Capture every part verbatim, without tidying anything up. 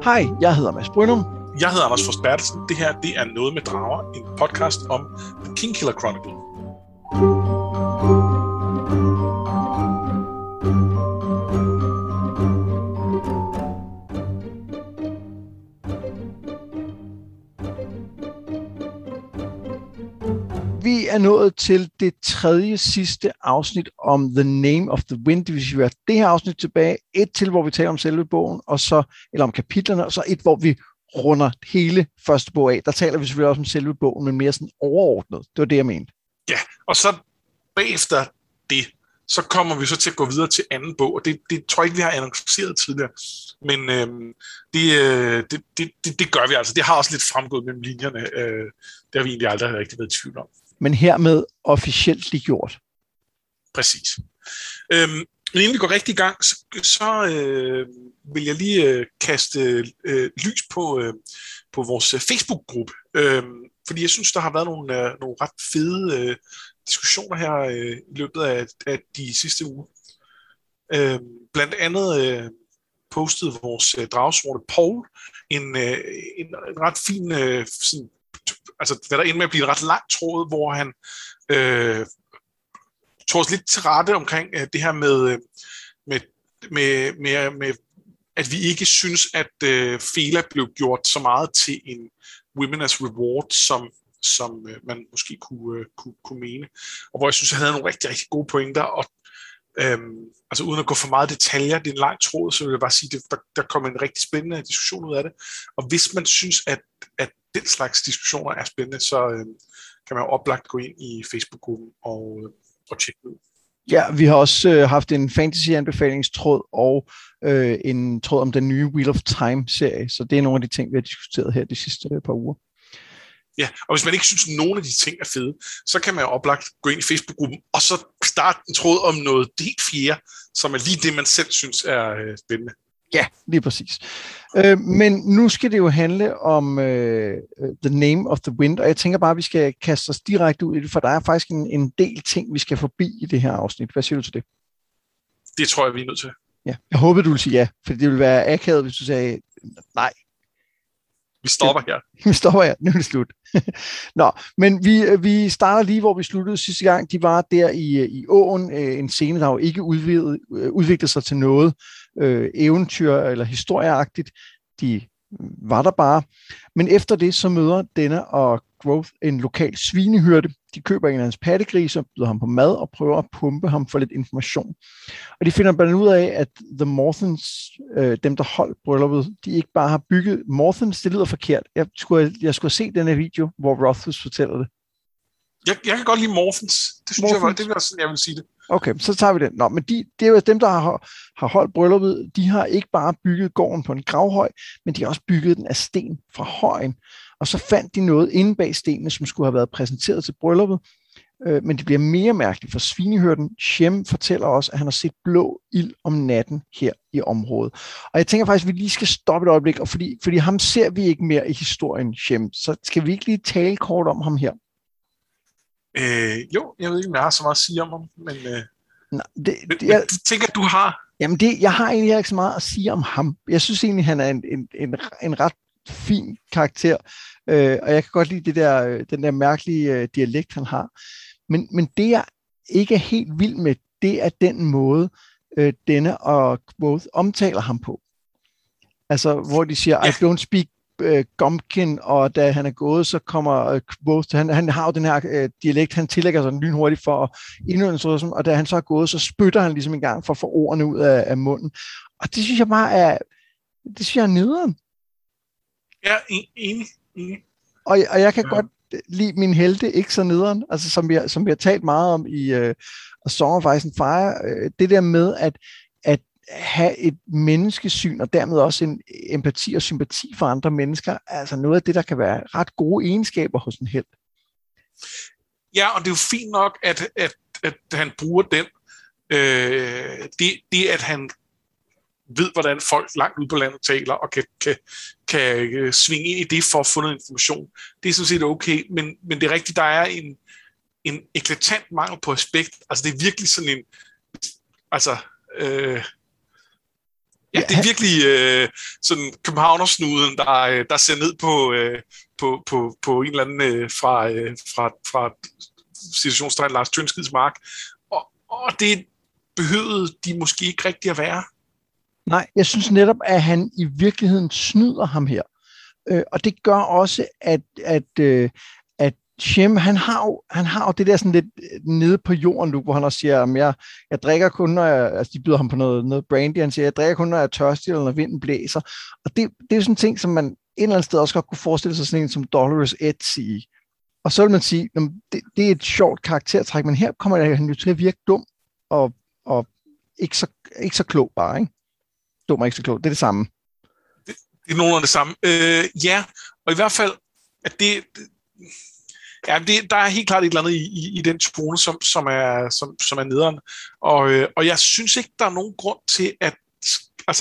Hej, jeg hedder Mads Brynum. Jeg hedder Anders Forst Bertelsen. Det her, det er Noget med Drager, en podcast om The Kingkiller Chronicle. Vi er nået til det tredje sidste afsnit om The Name of the Wind. Det vil sige, vi har det her afsnit tilbage. Et til, hvor vi taler om selve bogen, og så, eller om kapitlerne, og så et, hvor vi runder hele første bog af. Der taler vi selvfølgelig også om selve bogen, men mere sådan overordnet. Det var det, jeg mente. Ja, og så bagefter det, så kommer vi så til at gå videre til anden bog, og det, det tror jeg ikke, vi har annonceret tidligere. Men øhm, det, øh, det, det, det, det gør vi altså. Det har også lidt fremgået mellem linjerne. Øh, det har vi egentlig aldrig rigtig været i tvivl om. Men hermed officielt lige gjort. Præcis. Øhm, men inden vi går rigtig i gang, så, så øh, vil jeg lige øh, kaste øh, lys på, øh, på vores Facebook-gruppe. Øh, fordi jeg synes, der har været nogle, øh, nogle ret fede øh, diskussioner her øh, i løbet af, af de sidste uger. Øh, blandt andet øh, postede vores øh, dragesvorne Paul en, øh, en, en ret fin, øh, sådan, altså hvad der endte med at blive en ret lang tråd, hvor han øh, tog os lidt til rette omkring øh, det her med, med, med, med, med, at vi ikke synes, at øh, Fela blev gjort så meget til en women as reward, som, som øh, man måske kunne, øh, kunne, kunne mene. Og hvor jeg synes, han havde nogle rigtig, rigtig gode pointer, og Øhm, altså uden at gå for meget detaljer, det er en lang tråd, så vil jeg bare sige, at der, der kommer en rigtig spændende diskussion ud af det. Og hvis man synes, at, at den slags diskussioner er spændende, så øhm, kan man jo oplagt gå ind i Facebook-gruppen og, øh, og tjekke ud. Ja, vi har også øh, haft en fantasy-anbefalingstråd og øh, en tråd om den nye Wheel of Time-serie, så det er nogle af de ting, vi har diskuteret her de sidste øh, par uger. Ja, og hvis man ikke synes, at nogen af de ting er fede, så kan man jo oplagt gå ind i Facebook-gruppen, og så starte en tråd om noget helt fjerde, som er lige det, man selv synes er øh, spændende. Ja, lige præcis. Øh, men nu skal det jo handle om øh, The Name of the Wind, og jeg tænker bare, at vi skal kaste os direkte ud i det, for der er faktisk en, en del ting, vi skal forbi i det her afsnit. Hvad siger du til det? Det tror jeg, vi er nødt til. Ja, jeg håber, du vil sige ja, for det ville være akavet, hvis du sagde nej. Vi stopper her. Vi stopper her. Nu er det slut. Nå, men vi, vi starter lige, hvor vi sluttede sidste gang. De var der i, i åen. En scene, der jo ikke udviklet, udviklede sig til noget øh, eventyr eller historieagtigt. De var der bare. Men efter det, så møder Denna og Growth en lokal svinehyrde. De køber en af hans pattegrise og byder ham på mad og prøver at pumpe ham for lidt information. Og de finder blandt ud af, at The Morthans, øh, dem der holdt brylluppet, de ikke bare har bygget Morthans. Det lyder forkert. Jeg skulle, jeg skulle se den her video, hvor Rothfuss fortæller det. Jeg, jeg kan godt lide Morthans. Det synes Morthans. jeg var, det var sådan, jeg vil sige det. Okay, så tager vi den. Nå, men de, det er jo dem, der har, har holdt brylluppet. De har ikke bare bygget gården på en gravhøj, men de har også bygget den af sten fra højen. Og så fandt de noget inde bag stenene, som skulle have været præsenteret til brylluppet. Øh, men det bliver mere mærkeligt, for svinehyrden Shem fortæller os, at han har set blå ild om natten her i området. Og jeg tænker faktisk, at vi lige skal stoppe et øjeblik, og fordi, fordi ham ser vi ikke mere i historien, Shem. Så skal vi ikke lige tale kort om ham her? Øh, jo, jeg ved ikke, om jeg har så meget at sige om ham, men, øh, Nej, det, men, det, jeg, men det tænker du har. Jamen, det, jeg har egentlig ikke så meget at sige om ham. Jeg synes egentlig, han er en, en, en, en ret fin karakter, øh, og jeg kan godt lide det der, den der mærkelige øh, dialekt, han har. Men, men det, jeg ikke er helt vild med, det er den måde, øh, Denne og Quoth omtaler ham på. Altså, hvor de siger, I don't speak uh, Gumpkin, og da han er gået, så kommer uh, Quoth, han, han har jo den her uh, dialekt, han tillægger sig lynhurtigt for at indhøre sådan, og da han så er gået, så spytter han ligesom en gang for at få ordene ud af, af munden. Og det synes jeg bare er, det synes jeg er nederen. Ja, enig, enig. Og, og jeg kan ja. godt lide min helte ikke så nederen, altså som vi, som vi har talt meget om i uh, A Song of Ice and Fire, uh, det der med at, at have et menneskesyn, og dermed også en empati og sympati for andre mennesker, altså noget af det, der kan være ret gode egenskaber hos en helt. Ja, og det er jo fint nok, at, at, at han bruger den, øh, det, det at han ved, hvordan folk langt ude på landet taler, og kan, kan, kan svinge ind i det for at få noget information. Det er sådan set okay, men, men det er rigtigt, der er en, en eklatant mangel på respekt. Altså det er virkelig sådan en, altså, øh, Ja, det er virkelig øh, sådan københavnersnuden, der, der ser ned på, øh, på, på, på en eller anden øh, fra, øh, fra, fra situationstegn Lars Tønskids mark. Og, og det behøvede de måske ikke rigtig at være. Nej, jeg synes netop, at han i virkeligheden snyder ham her. Øh, og det gør også, at, at, øh, at Shem, han har, jo, han har jo det der sådan lidt nede på jorden nu, hvor han også siger, at jeg, jeg drikker kun, når jeg, altså de byder ham på noget, noget brandy, han siger, jeg drikker kun, når jeg er tørstig, eller når vinden blæser. Og det, det er jo sådan en ting, som man et eller andet sted også godt kunne forestille sig sådan en som Dolores Ed sige. Og så vil man sige, det, det er et sjovt karaktertræk, men her kommer han jo til at virke dum, og, og ikke, så, ikke så klog bare, ikke? Dum og ikke så klog, det er det samme. Det, det er nogenlunde det samme. Øh, ja, og i hvert fald, at det... det Ja, det, der er helt klart et eller andet i, i, i den tone, som, som, er, som, som er nederen. Og, øh, og jeg synes ikke, der er nogen grund til, at... Altså,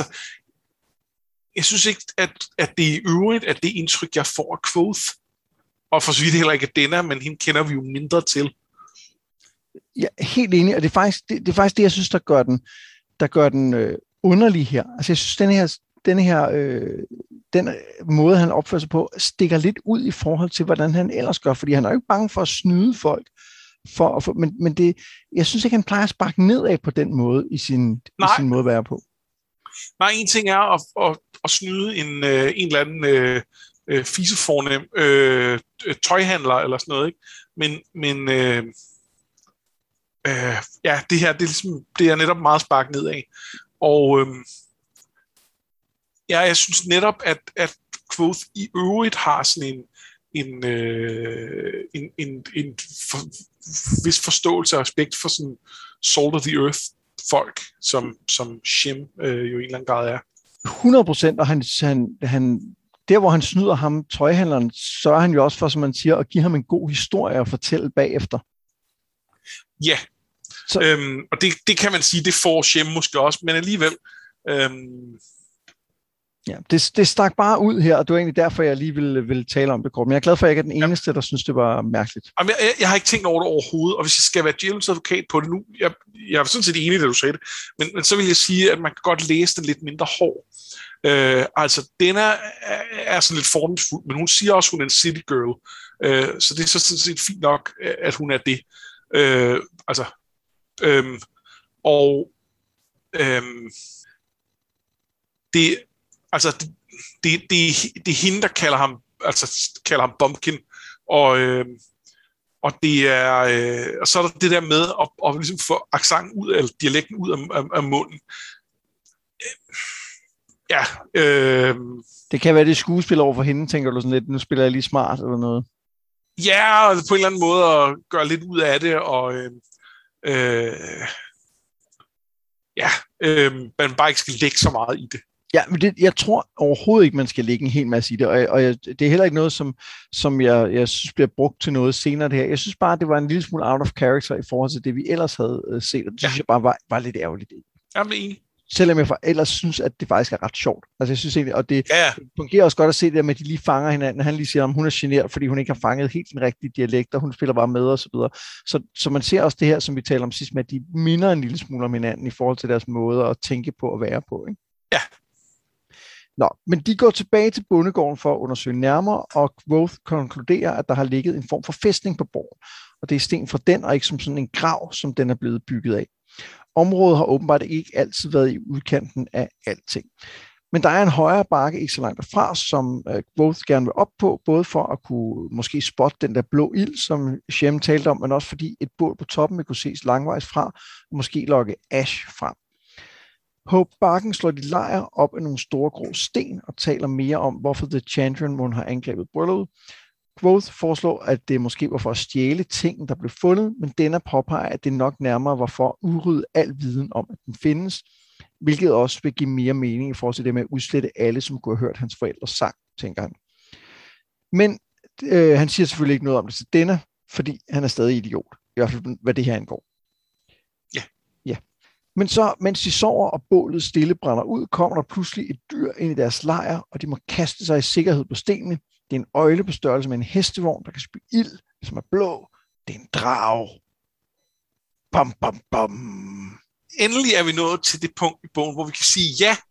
jeg synes ikke, at, at det er i øvrigt, at det indtryk, jeg får af Kvothe, og for så vidt heller ikke af Denner, men hende kender vi jo mindre til. Ja, helt enig, og det er faktisk det, det, er faktisk det jeg synes, der gør den, der gør den øh, underlig her. Altså, jeg synes, den her... Den her øh, den måde, han opfører sig på, stikker lidt ud i forhold til, hvordan han ellers gør, fordi han er jo ikke bange for at snyde folk, for at få, men, men det, jeg synes ikke, han plejer at sparke nedad på den måde, i sin, i sin måde at være på. Nej, en ting er at, at, at snyde en, øh, en eller anden øh, øh, fisefornem øh, tøjhandler, eller sådan noget, ikke? Men, men øh, øh, ja, det her, det er, ligesom, det er netop meget spark nedad, og øh, ja, jeg synes netop, at, at Kvothe i øvrigt har sådan en, en, øh, en, en, en for, vis forståelse og respekt for sådan salt of the earth folk, som, som Shem øh, jo i en eller anden grad er. hundrede procent, og han, han, han, der hvor han snyder ham, tøjhandleren, sørger han jo også for, som man siger, at give ham en god historie at fortælle bagefter. Ja, så. Øhm, og det, det kan man sige, det får Shem måske også, men alligevel... Øhm, Ja, det, det stak bare ud her, og det var egentlig derfor, jeg lige ville, ville tale om det kort. Men jeg er glad for, at jeg ikke er den eneste, der synes, det var mærkeligt. Jamen, jeg, jeg har ikke tænkt over det overhovedet, og hvis jeg skal være djævelens advokat på det nu, jeg, jeg er sådan set enig, da du sagde det, men, men så vil jeg sige, at man kan godt læse den lidt mindre hård. Øh, altså, den er, er sådan lidt fordomsfuld, men hun siger også, at hun er en city girl, øh, så det er så sådan set fint nok, at hun er det. Øh, altså, øh, og øh, det Altså, det, det, det, det er hende, der kalder ham, altså, kalder ham Bumpkin, og, øh, og, det er, øh, og så er der det der med at, at ligesom få accenten ud, eller dialekten ud af, af, af munden. Ja. Øh, det kan være det skuespil over for hende, tænker du sådan lidt, nu spiller jeg lige smart eller noget. Ja, på en eller anden måde at gøre lidt ud af det, og øh, øh, ja, øh, man bare ikke skal lægge så meget i det. Ja, men det, jeg tror overhovedet ikke, man skal lægge en hel masse i det, og, og jeg, det er heller ikke noget, som, som jeg, jeg synes bliver brugt til noget senere det her. Jeg synes bare, det var en lille smule out of character i forhold til det, vi ellers havde uh, set, og det ja. synes jeg bare var, var lidt ærgerligt. Jeg er enig. Selvom jeg for ellers synes, at det faktisk er ret sjovt. Altså jeg synes egentlig, og det, ja. det fungerer også godt at se det der med, at de lige fanger hinanden. Han lige siger, at hun er genert, fordi hun ikke har fanget helt den rigtige dialekt, og hun spiller bare med og så videre. Så, så man ser også det her, som vi taler om sidst, med at de minder en lille smule om hinanden i forhold til deres måde at tænke på og være på, ikke? Ja. Nå, men de går tilbage til bondegården for at undersøge nærmere, og Kvothe konkluderer, at der har ligget en form for fæstning på borgen, og det er sten fra den, og ikke som sådan en grav, som den er blevet bygget af. Området har åbenbart ikke altid været i udkanten af alting. Men der er en højere bakke ikke så langt derfra, som Kvothe gerne vil op på, både for at kunne måske spotte den der blå ild, som Shem talte om, men også fordi et bål på toppen vil kunne ses langvejs fra, og måske lokke Ash frem. På bakken slår de lejr op af nogle store grå sten og taler mere om, hvorfor The Chandrian må have angrebet brylluppet. Kvothe foreslår, at det måske var for at stjæle ting, der blev fundet, men denne påpeger, at det nok nærmere var for at udrydde al viden om, at den findes, hvilket også vil give mere mening i forhold til det med at udslette alle, som kunne have hørt hans forældres sang, tænker han. Men øh, han siger selvfølgelig ikke noget om det til denne, fordi han er stadig idiot, i hvert fald hvad det her angår. Ja. Ja. Men så, mens de sover og bålet stille brænder ud, kommer der pludselig et dyr ind i deres lejr, og de må kaste sig i sikkerhed på stenene. Det er en øgle på størrelse med en hestevogn, der kan spy ild, som er blå. Det er en drag. Bam, bam, bam. Endelig er vi nået til det punkt i bogen, hvor vi kan sige, ja,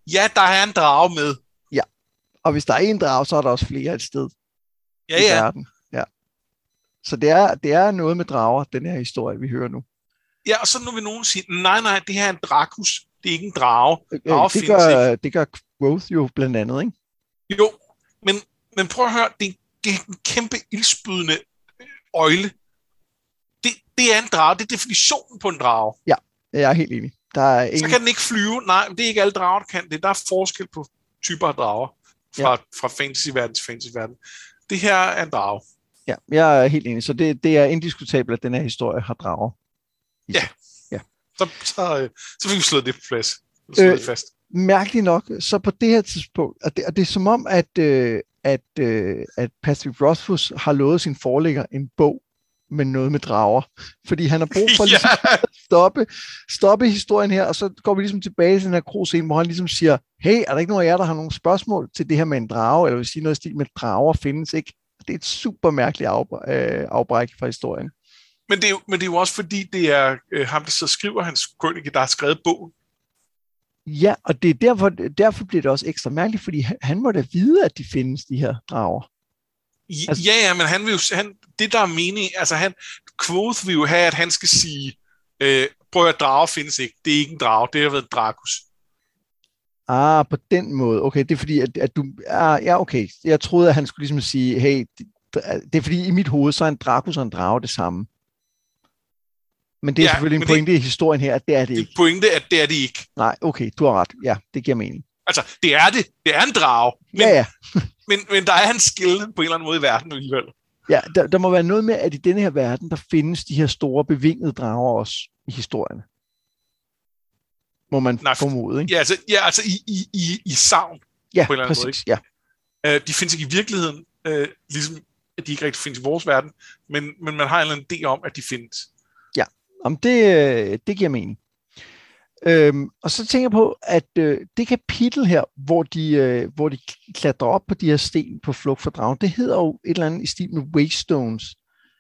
Ja, der er en drage med. Ja, og hvis der er en drage, så er der også flere et sted Ja, i ja. verden. Ja. Så det er, det er noget med drager, den her historie, vi hører nu. Ja, og så når vi nogen siger, nej, nej, det her er en drakus, det er ikke en drage. Drager det, findes gør, ikke. det gør Quoth jo blandt andet, ikke? Jo, men, men prøv at høre, det, det er en kæmpe ildspydende øjle. Det, det er en drage, det er definitionen på en drage. Ja, jeg er helt enig. Der er ingen... Så kan den ikke flyve. Nej, det er ikke alle drager, der kan det. Der er forskel på typer af drager fra, ja. fra fantasy-verden til fantasy-verden. Det her er en drage. Ja, jeg er helt enig. Så det, det er indiskutabelt, at den her historie har drager. Ja. ja. Så, så, så fik vi slået det på plads. Slået øh, det fast. Mærkeligt nok, så på det her tidspunkt, og det, og det er som om, at, øh, at, øh, at Patrick Rothfuss har lovet sin forlægger en bog med noget med drager. Fordi han har brug for ligesom at stoppe, stoppe historien her, og så går vi ligesom tilbage til den her kroscene, hvor han ligesom siger, hey, er der ikke nogen af jer, der har nogle spørgsmål til det her med en drage, eller vil sige noget i stil med drager findes ikke? Det er et super mærkeligt afbræk, øh, afbræk fra historien. Men det, er jo, men det er jo også fordi, det er øh, ham, der så skriver hans krønike, der har skrevet bogen. Ja, og det er derfor, derfor bliver det også ekstra mærkeligt, fordi han, han må da vide, at de findes, de her drager. Altså, ja, ja, men han vil jo, han, det der er mening, altså han, Quoth vil jo have, at han skal sige, øh, prøv at drager findes ikke, det er ikke en drage, det har været en drakus. Ah, på den måde. Okay, det er fordi, at, at du... Ah, ja, okay. Jeg troede, at han skulle ligesom sige, hey, det, det er fordi, i mit hoved, så er en drakus og en drage det samme. Men det er ja, selvfølgelig en pointe det, i historien her, at det er det, det ikke. Det er pointe, at det er det ikke. Nej, okay, du har ret. Ja, det giver mening. Altså, det er det. Det er en drage. Men, ja, ja. men, men der er en skille på en eller anden måde i verden alligevel. Ja, der, der må være noget med, at i denne her verden, der findes de her store bevingede drager også i historien. Må man Nej, formode, ikke? Ja, altså, ja, altså i, i, i, i savn. Ja, på en eller anden præcis, måde, ikke? Ja. Uh, de findes ikke i virkeligheden, uh, ligesom at de ikke rigtig findes i vores verden, men, men man har en eller anden idé om, at de findes. Ja, om det, det giver mening. Øhm, og så tænker jeg på, at øh, det kapitel her, hvor de, øh, hvor de klatrer op på de her sten på flugt fra dragen, det hedder jo et eller andet i stil med Waystones.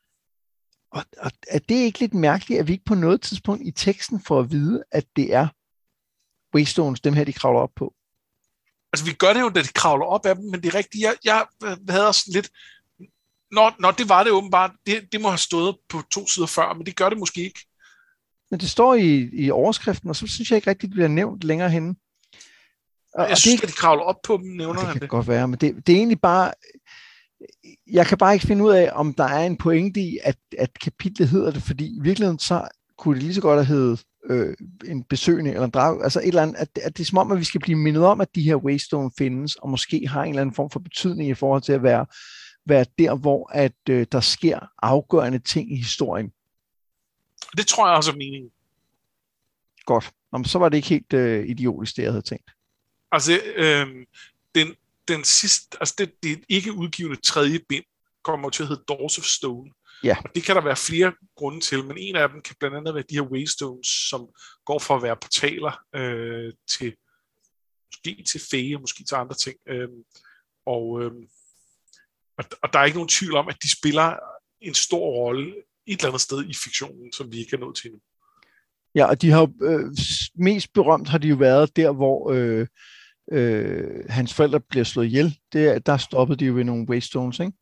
Og, og er det ikke lidt mærkeligt, at vi ikke på noget tidspunkt i teksten får at vide, at det er Waystones, dem her, de kravler op på? Altså, vi gør det jo, da de kravler op af dem, men det er rigtigt. Jeg, jeg havde også lidt... Nå, nå, det var det åbenbart. Det, det må have stået på to sider før, men det gør det måske ikke. Men det står i, i overskriften, og så synes jeg ikke rigtigt, det bliver nævnt længere henne. Og, jeg og synes, det, at de kravler op på dem, nævner han det. Det kan godt være, men det, det er egentlig bare... Jeg kan bare ikke finde ud af, om der er en pointe i, at, at kapitlet hedder det, fordi i virkeligheden så kunne det lige så godt have heddet øh, en besøgende eller en drag, altså et eller andet, at, at det er som om, at vi skal blive mindet om, at de her Waystone findes, og måske har en eller anden form for betydning i forhold til at være, være der, hvor at, øh, der sker afgørende ting i historien. Det tror jeg også er meningen. Godt. Om, så var det ikke helt øh, idiotisk, det jeg havde tænkt. Altså, øh, den, den sidste, altså det, det ikke udgivende tredje bind, kommer til at hedde Doors of Stone. Ja. Og det kan der være flere grunde til, men en af dem kan blandt andet være de her Waystones, som går fra at være portaler øh, til, måske til Fae, og måske til andre ting. Øh, og, øh, og, og der er ikke nogen tvivl om, at de spiller en stor rolle et eller andet sted i fiktionen, som vi ikke er nået til nu. Ja, og de har øh, mest berømt har de jo været der, hvor øh, øh, hans forældre bliver slået ihjel. Det, der stoppede de jo ved nogle Waystones, ikke?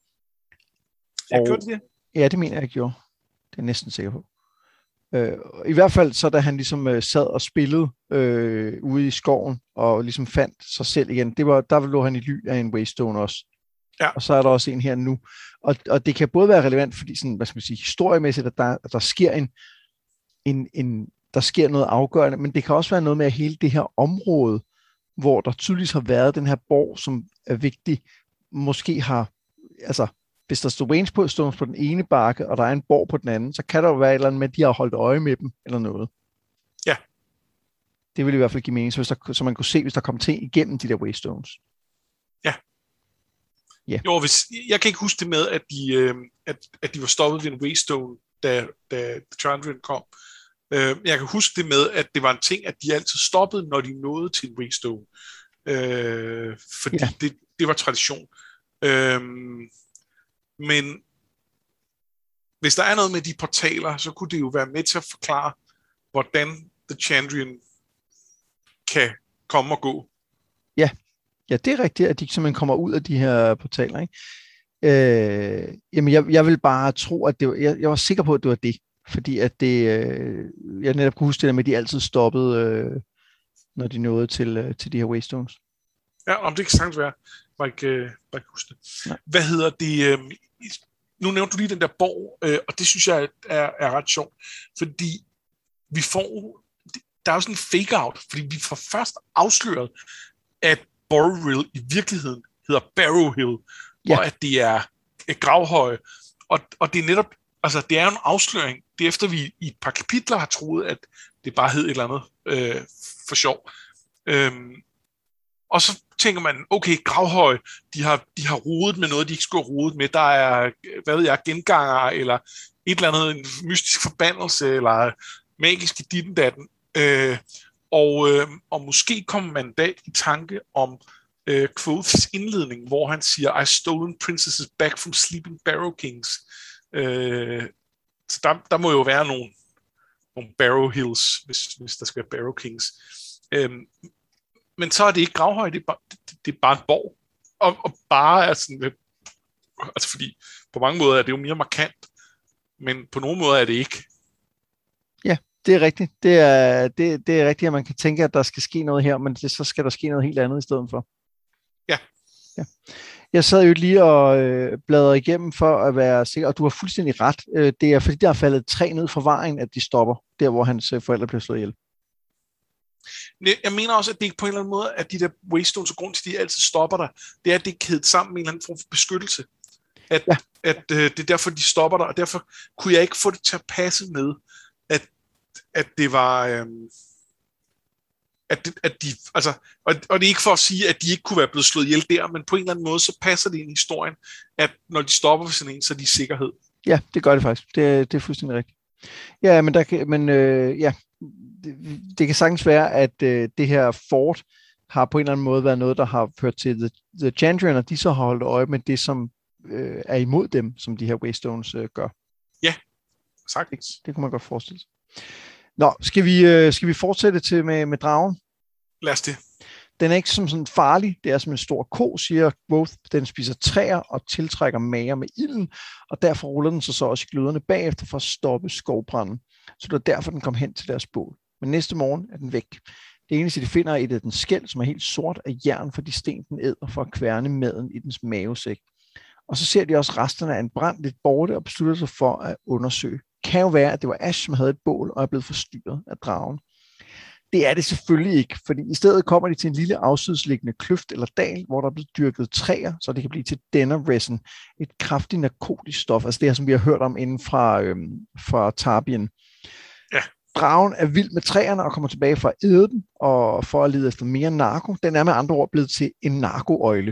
Jeg og, gjorde det? Ja, det mener jeg, jeg gjorde. Det er jeg næsten sikker på. Øh, I hvert fald så, da han ligesom øh, sad og spillede øh, ude i skoven, og ligesom fandt sig selv igen, det var, der lå han i ly af en Waystone også. Ja. Og så er der også en her nu. Og, og det kan både være relevant, fordi sådan, hvad skal man sige, historiemæssigt, at der, at der sker en, en, en, der sker noget afgørende, men det kan også være noget med, at hele det her område, hvor der tydeligvis har været den her borg, som er vigtig, måske har, altså, hvis der står Waystones på den ene bakke, og der er en borg på den anden, så kan der jo være et eller andet med, at de har holdt øje med dem, eller noget. Ja. Det ville i hvert fald give mening, så, hvis der, så man kunne se, hvis der kom ting igennem de der Waystones. Ja. Yeah. Jo, hvis, jeg kan ikke huske det med, at de, øh, at, at de var stoppet ved en Waystone, da, da Chandrian kom. Øh, jeg kan huske det med, at det var en ting, at de altid stoppede, når de nåede til en Waystone. Øh, fordi yeah. det, det var tradition. Øh, men hvis der er noget med de portaler, så kunne det jo være med til at forklare, hvordan The Chandrian kan komme og gå. Ja, ja, det er rigtigt, at de simpelthen kommer ud af de her portaler, ikke? Øh, jamen, jeg, jeg vil bare tro, at det var, jeg, jeg var sikker på, at det var det. Fordi at det, øh, jeg netop kunne huske det der med, at de altid stoppede, øh, når de nåede til, øh, til de her Waystones. Ja, om det kan sagtens være. Bare ikke, øh, bare ikke huske det. Nej. Hvad hedder det? Øh, nu nævnte du lige den der borg, øh, og det synes jeg er, er ret sjovt, fordi vi får, der er jo sådan en fake-out, fordi vi får først afsløret, at Borrowhill i virkeligheden hedder Barrow Hill, ja. Og at det er gravhøje, og, og det er netop, altså det er jo en afsløring, det er efter vi i et par kapitler har troet, at det bare hed et eller andet øh, for sjov. Øhm, og så tænker man, okay, gravhøje, de har, de har rodet med noget, de ikke skulle have rodet med, der er, hvad ved jeg, genganger, eller et eller andet, en mystisk forbandelse, eller magiske dittendatten, øh, og, øh, og måske kommer man en dag i tanke om øh, Quoths indledning, hvor han siger, I stolen princesses back from sleeping Barrow Kings. Øh, så der, der må jo være nogle, nogle Barrow Hills, hvis, hvis der skal være Barrow Kings. Øh, men så er det ikke gravhøj, det er bare, det, det er bare en borg. Og, og bare er sådan, altså fordi på mange måder er det jo mere markant, men på nogle måder er det ikke. Ja, det er rigtigt. Det er, det, det er rigtigt, at man kan tænke, at der skal ske noget her, men det, så skal der ske noget helt andet i stedet for. Ja. Ja. Jeg sad jo lige og øh, bladrede igennem for at være sikker, og du har fuldstændig ret. Øh, det er fordi, der er faldet et træ ned fra vejen, at de stopper, der hvor hans øh, forældre bliver slået ihjel. Jeg mener også, at det ikke på en eller anden måde, at de der Waystones og grund til, at de altid stopper der, det er, at det er kædet sammen med en eller anden form for beskyttelse. At, ja. at øh, det er derfor, de stopper der, og derfor kunne jeg ikke få det til at passe med, at, at det var... Øh, at, at de, altså, og, og det er ikke for at sige, at de ikke kunne være blevet slået ihjel der, men på en eller anden måde, så passer det ind i historien, at når de stopper for sådan en, så er de i sikkerhed. Ja, det gør det faktisk. Det, det er fuldstændig rigtigt. Ja, men, der kan, men øh, ja, det, det kan sagtens være, at øh, det her fort har på en eller anden måde været noget, der har ført til The, the Chandrian, og de så har holdt øje med det, som øh, er imod dem, som de her Waystones øh, gør. Ja, sagtens. Det, det kunne man godt forestille sig. Nå, skal vi, øh, skal vi fortsætte til med, med dragen? Lad os det. Den er ikke som sådan farlig. Det er som en stor ko, siger Quoth. Den spiser træer og tiltrækker mager med ilden, og derfor ruller den sig så også i gløderne bagefter for at stoppe skovbranden. Så det er derfor, den kom hen til deres bål. Men næste morgen er den væk. Det eneste, de finder, er et af dens skæld, som er helt sort af jern for de sten, den æder for at kværne maden i dens mavesæk. Og så ser de også resterne af en brand lidt borte og beslutter sig for at undersøge. Det kan jo være, at det var Ash, som havde et bål og er blevet forstyrret af dragen. Det er det selvfølgelig ikke, fordi i stedet kommer de til en lille afsidsliggende kløft eller dal, hvor der er blevet dyrket træer, så det kan blive til denner-resin, et kraftigt narkotisk stof, altså det her, som vi har hørt om inden fra, øhm, fra Tarbean. Ja. Dragen er vild med træerne og kommer tilbage for at æde dem, og for at lede efter mere narko. Den er med andre ord blevet til en narkoøgle.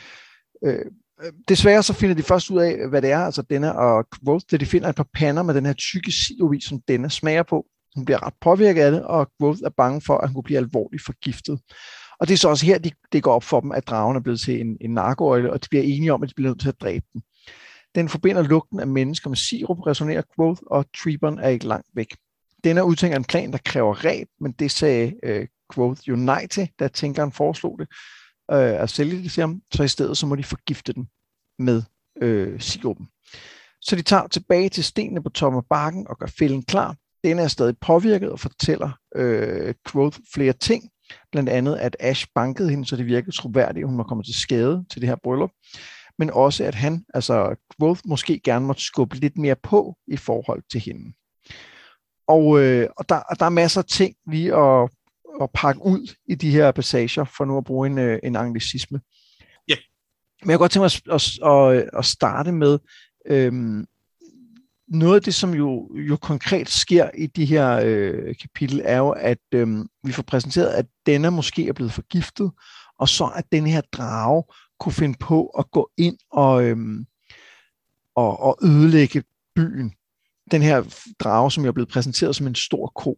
Øh, Desværre så finder de først ud af, hvad det er, altså denne og Quoth, da de finder et par pander med den her tykke sirup, som denne smager på. Hun bliver ret påvirket af det, og Quoth er bange for, at hun kunne blive alvorligt forgiftet. Og det er så også her, de, det går op for dem, at dragen er blevet til en, en narkoøgle, og de bliver enige om, at de bliver nødt til at dræbe den. Den forbinder lugten af mennesker med sirup, resonerer Quoth, og Treeborn er ikke langt væk. Denne udtænker en plan, der kræver ræb, men det sagde øh, Quoth jo nej til, da tænkeren foreslog det. Øh, at sælge det til ham, så i stedet så må de forgifte den med øh, sirupen. Så de tager tilbage til stenene på toppen af bakken og gør fælden klar. Den er stadig påvirket og fortæller øh, Quoth flere ting, blandt andet at Ash bankede hende, så det virkede troværdigt, at hun var kommet til skade til det her bryllup, men også at han, altså Quoth, måske gerne måtte skubbe lidt mere på i forhold til hende. Og, øh, og der, der er masser af ting lige at at pakke ud i de her passager, for nu at bruge en, en anglicisme. Ja. Yeah. Men jeg kan godt tænke mig at, at, at, at starte med øhm, noget af det, som jo, jo konkret sker i de her øh, kapitel, er jo, at øhm, vi får præsenteret, at denne måske er blevet forgiftet, og så at den her drage kunne finde på at gå ind og, øhm, og, og ødelægge byen. Den her drage, som jo er blevet præsenteret som en stor ko.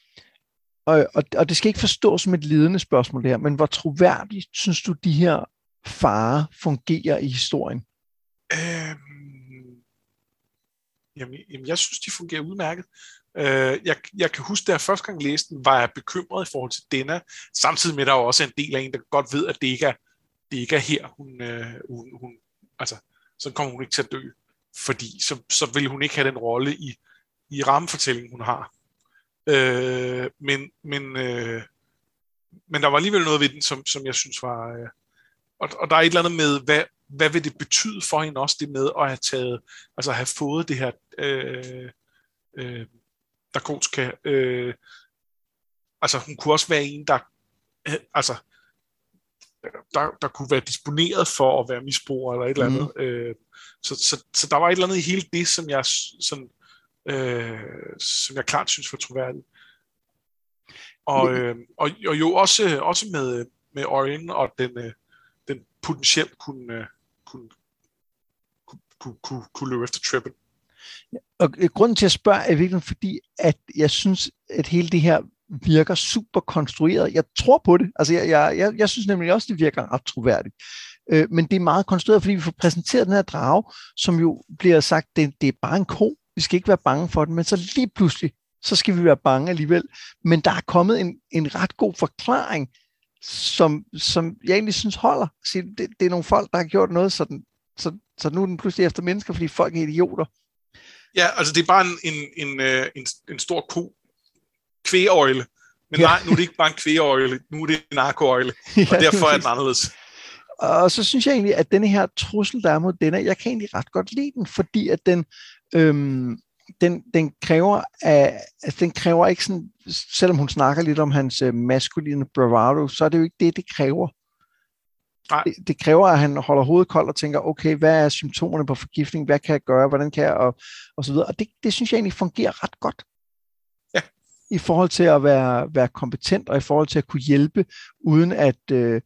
Og, og, og det skal ikke forstås som et ledende spørgsmål det her, men hvor troværdigt synes du, de her farer fungerer i historien? Øhm, jamen, jamen, jeg synes, de fungerer udmærket. Øh, jeg, jeg kan huske, da jeg første gang læste den, var jeg bekymret i forhold til Denna, samtidig med, at der er også en del af en, der godt ved, at det ikke er, det ikke er her, hun, øh, hun, hun, altså, så kommer hun ikke til at dø, fordi så, så vil hun ikke have den rolle i, i rammefortællingen, hun har. Øh, men, men, øh, men der var alligevel noget ved den, som, som jeg synes var... Øh, og, og der er et eller andet med, hvad, hvad vil det betyde for hende også, det med at have taget, altså have fået det her... Øh, øh, Darkotka, øh, altså hun kunne også være en, der, øh, altså, der, der kunne være disponeret for at være misbruger eller et eller andet. Mm. Øh, så, så, så der var et eller andet i hele det, som jeg, sådan, øh, som jeg klart synes var troværdigt. Og, øh, og, og jo også, også med, med Orion og den, øh, den potentielt kunne, øh, kunne, kunne, kunne, kunne, kunne løbe efter Trippet. Og grunden til at spørge er virkelig fordi, at jeg synes, at hele det her virker super konstrueret. Jeg tror på det. Altså, jeg, jeg, jeg, jeg synes nemlig også, det virker ret troværdigt. Øh, men det er meget konstrueret, fordi vi får præsenteret den her drage, som jo bliver sagt, det, det er bare en ko. Vi skal ikke være bange for den, men så lige pludselig, så skal vi være bange alligevel. Men der er kommet en, en ret god forklaring, som, som jeg egentlig synes holder. Så det, det er nogle folk, der har gjort noget, så, den, så, så nu er den pludselig efter mennesker, fordi folk er idioter. Ja, altså det er bare en, en, en, en, en stor ko. Kvægeøgle. Men ja. Nej, nu er det ikke bare en kvægeøgle, nu er det en narkoøgle. Og ja, derfor er den anderledes. Og så synes jeg egentlig, at denne her trussel, der er mod denne, jeg kan egentlig ret godt lide den, fordi at den, øhm, den, den kræver, at, altså den kræver ikke sådan, selvom hun snakker lidt om hans øh, maskuline bravado, så er det jo ikke det, det kræver. Nej. Det, det kræver, at han holder hovedet koldt og tænker, okay, hvad er symptomerne på forgiftning? Hvad kan jeg gøre? Hvordan kan jeg? Og, og så videre. Og det, det synes jeg egentlig fungerer ret godt. Ja. I forhold til at være, være kompetent, og i forhold til at kunne hjælpe, uden at, øh,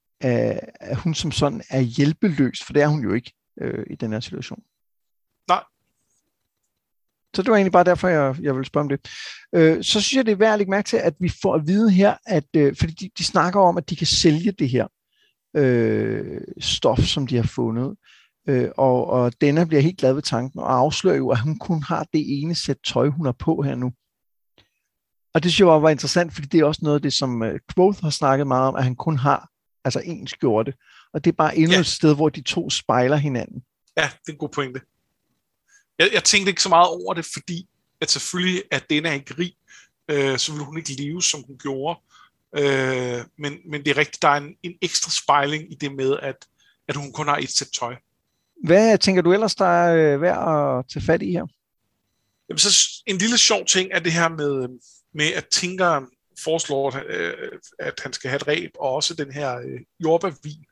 at hun som sådan er hjælpeløs, for det er hun jo ikke øh, i den her situation. Nej. Så det var egentlig bare derfor, jeg, jeg ville spørge om det. Øh, så synes jeg, det er værd at lægge mærke til, at vi får at vide her, at øh, fordi de, de snakker om, at de kan sælge det her Øh, stof, som de har fundet. Øh, og, og denne bliver helt glad ved tanken, og afslører jo, at hun kun har det ene sæt tøj, hun har på her nu. Og det synes jeg var interessant, fordi det er også noget af det, som uh, Quoth har snakket meget om, at han kun har altså en skjorte. Og det er bare endnu ja. et sted, hvor de to spejler hinanden. Ja, det er en god pointe. Jeg, jeg tænkte ikke så meget over det, fordi at selvfølgelig, at denne er ikke rig, øh, så vil hun ikke leve, som hun gjorde. Øh, men, men det er rigtigt, der er en, en ekstra spejling i det med, at, at hun kun har et sæt tøj. Hvad tænker du ellers, der er værd at tage fat i her? Jamen, så en lille sjov ting er det her med, med at Tinker foreslår, at han skal have et ræb, og også den her jordbærvin,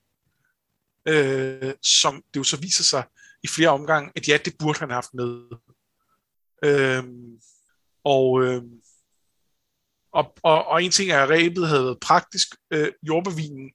øh, som det jo så viser sig i flere omgange, at ja, det burde han have haft med. Øh, og... Øh, Og, og, og en ting er, at ræbet havde været praktisk. Øh, jordbærvinen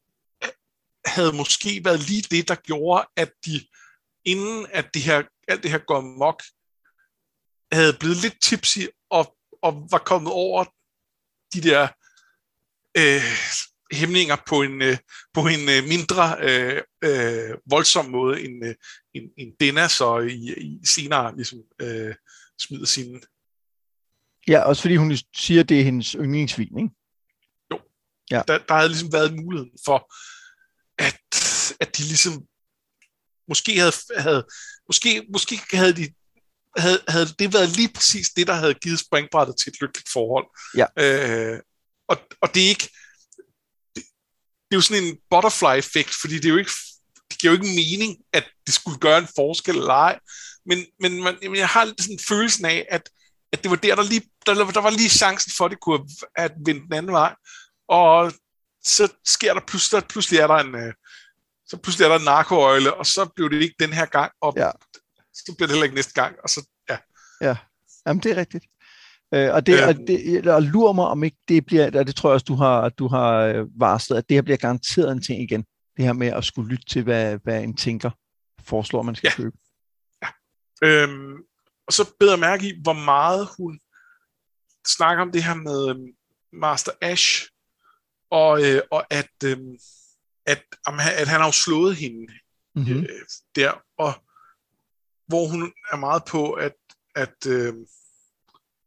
havde måske været lige det, der gjorde, at de, inden at det her, alt det her går amok, havde blevet lidt tipsy og, og var kommet over de der øh, hæmninger på en, øh, på en øh, mindre øh, øh, voldsom måde, end, øh, end, end Denna så i, i senere ligesom, øh, smider sine. Ja, også fordi hun siger, at det er hendes yndlingsvin, ikke? Jo. Ja. Der, der havde ligesom været muligheden for, at, at de ligesom måske havde, havde måske, måske havde de havde, havde det været lige præcis det, der havde givet springbrættet til et lykkeligt forhold. Ja. Øh, og, og det er ikke det, det er jo sådan en butterfly-effekt, fordi det er jo ikke det giver jo ikke mening, at det skulle gøre en forskel eller ej. Men, men man, jeg har lidt sådan følelsen af, at at det var der, der, lige, der, der var lige chancen for, at det kunne at vinde den anden vej. Og så sker der pludselig, pludselig er der en, så pludselig er der en narkoøgle, og så blev det ikke den her gang, og ja. Så bliver det heller ikke næste gang. Og så, ja. Ja, jamen det er rigtigt. Øh, og, det, øhm. og, det, og lurer mig, om ikke det bliver, og det tror jeg også, du har, du har varslet, at det her bliver garanteret en ting igen. Det her med at skulle lytte til, hvad, hvad en tænker foreslår, man skal ja. købe. Ja. Øhm. Og så beder jeg mærke i, hvor meget hun snakker om det her med Master Ash, og, øh, og at, øh, at, at han har jo slået hende mm-hmm. øh, der, og hvor hun er meget på, at, at, øh,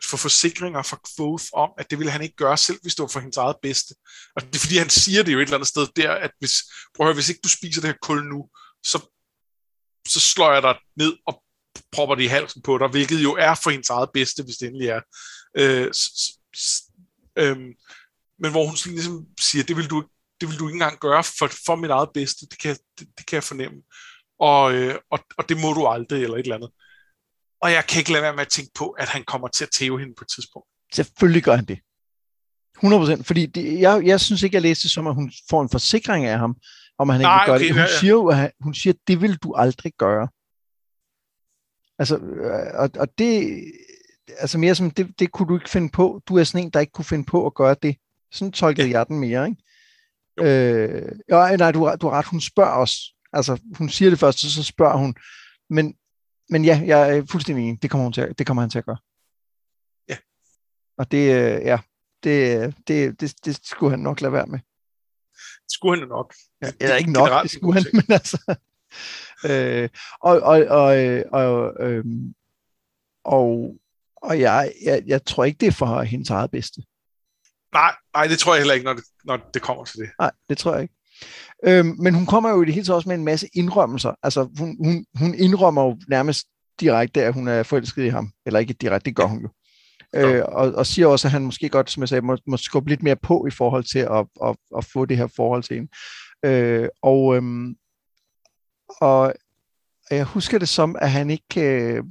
få forsikringer fra Kvothe om, at det ville han ikke gøre selv, hvis det var for hendes eget bedste. Og det er fordi, han siger det jo et eller andet sted der, at hvis, prøv at høre, hvis ikke du spiser det her kul nu, så, så slår jeg dig ned og propper det i halsen på dig, hvilket jo er for hendes eget bedste, hvis det endelig er. Øh, s, s, øh, men hvor hun ligesom siger, det vil du, det vil du ikke engang gøre for, for mit eget bedste, det kan, det, det kan jeg fornemme. Og, øh, og, og det må du aldrig, eller et eller andet. Og jeg kan ikke lade være med at tænke på, at han kommer til at tæve hende på et tidspunkt. Selvfølgelig gør han det. hundrede procent. Fordi det, jeg, jeg synes ikke, jeg læste det som, at hun får en forsikring af ham, om at han Nej, ikke vil gøre okay, det. Hun ja, ja. siger jo, at han, hun siger, det vil du aldrig gøre. Altså, og, og det, altså mere som, det, det kunne du ikke finde på. Du er sådan en, der ikke kunne finde på at gøre det. Sådan tolkede ja. jeg den mere, ikke? Øh, ja, nej, du, du har ret. Hun spørger os. Altså, hun siger det først, og så spørger hun. Men, men ja, jeg er fuldstændig enig. Det kommer, hun til, det kommer han til at gøre. Ja. Og det, ja, det, det, det, det skulle han nok lade være med. Det skulle han nok. Ja, eller ikke nok, det skulle han, men altså... øh, og, og, og, og, øh, og, og jeg, jeg, jeg tror ikke, det er for hendes eget bedste. Nej, nej, det tror jeg heller ikke, når det, når det kommer til det. Nej, det tror jeg ikke. Øhm, men hun kommer jo i det hele taget også med en masse indrømmelser. Altså, hun, hun, hun indrømmer jo nærmest direkte, at hun er forelsket i ham. Eller ikke direkte, det gør hun jo. Ja. Øh, og, og siger også, at han måske godt, som jeg sagde, må, må skubbe lidt mere på i forhold til at, at, at få det her forhold til hende. Øh, og, øhm, og jeg husker det som, at han ikke, øh,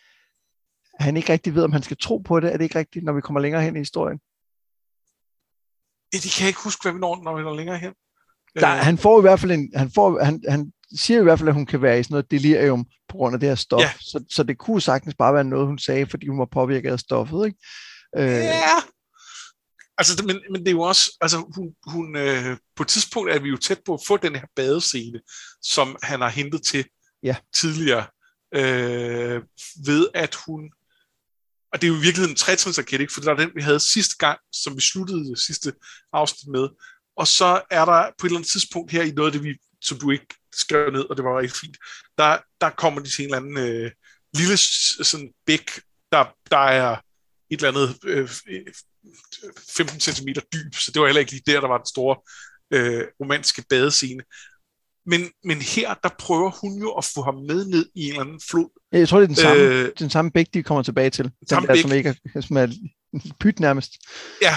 han ikke rigtig ved, om han skal tro på det. Er det ikke rigtigt, når vi kommer længere hen i historien? Ja, de kan ikke huske, hvad vi når, når vi når længere hen. Der, han får i hvert fald en, han, får, han, han siger i hvert fald, at hun kan være i sådan noget delirium på grund af det her stof. Ja. Så, så det kunne sagtens bare være noget, hun sagde, fordi hun var påvirket af stoffet, ikke? Øh. Ja. Altså, men, men det er jo også, altså, hun, hun, øh, på et tidspunkt er vi jo tæt på at få den her badescene, som han har hentet til ja. tidligere, øh, ved at hun, og det er jo i virkeligheden en tretrinsraket, ikke? For det var den, vi havde sidste gang, som vi sluttede det sidste afsnit med. Og så er der på et eller andet tidspunkt her i noget af det, vi, som du ikke skrev ned, og det var rigtig fint, der, der kommer de til en eller anden øh, lille sådan bæk, der, der er et eller andet øh, femten centimeter dyb, så det var heller ikke lige der, der var den store øh, romantiske badescene. Men, men her, der prøver hun jo at få ham med ned i en eller anden flod. Jeg tror, det er den samme, øh, den samme bæk, de kommer tilbage til. Den der, som ikke er, som er pyt nærmest. Ja,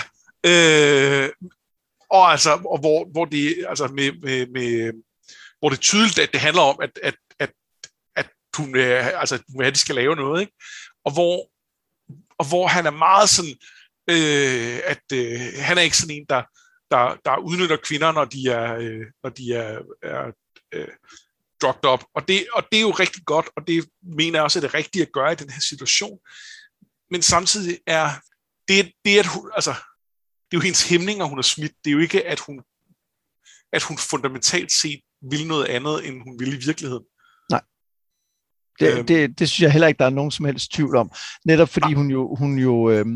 øh, og altså, og hvor, hvor det, altså med, med, med, hvor det er tydeligt, at det handler om, at, at, at, at hun, altså, at de skal lave noget, ikke? Og hvor, og hvor han er meget sådan, øh, at øh, han er ikke sådan en, der, der, der udnytter kvinder, når de er, øh, når de er, er øh, drugged op. Og det, og det er jo rigtig godt, og det mener jeg også er det rigtige at gøre i den her situation. Men samtidig er det, det at hun, altså, det er jo hendes hæmninger, hun har smidt. Det er jo ikke, at hun, at hun fundamentalt set vil noget andet, end hun vil i virkeligheden. Nej. Det, øhm. det, det synes jeg heller ikke, der er nogen som helst tvivl om. Netop fordi nej. hun jo, hun jo, øh,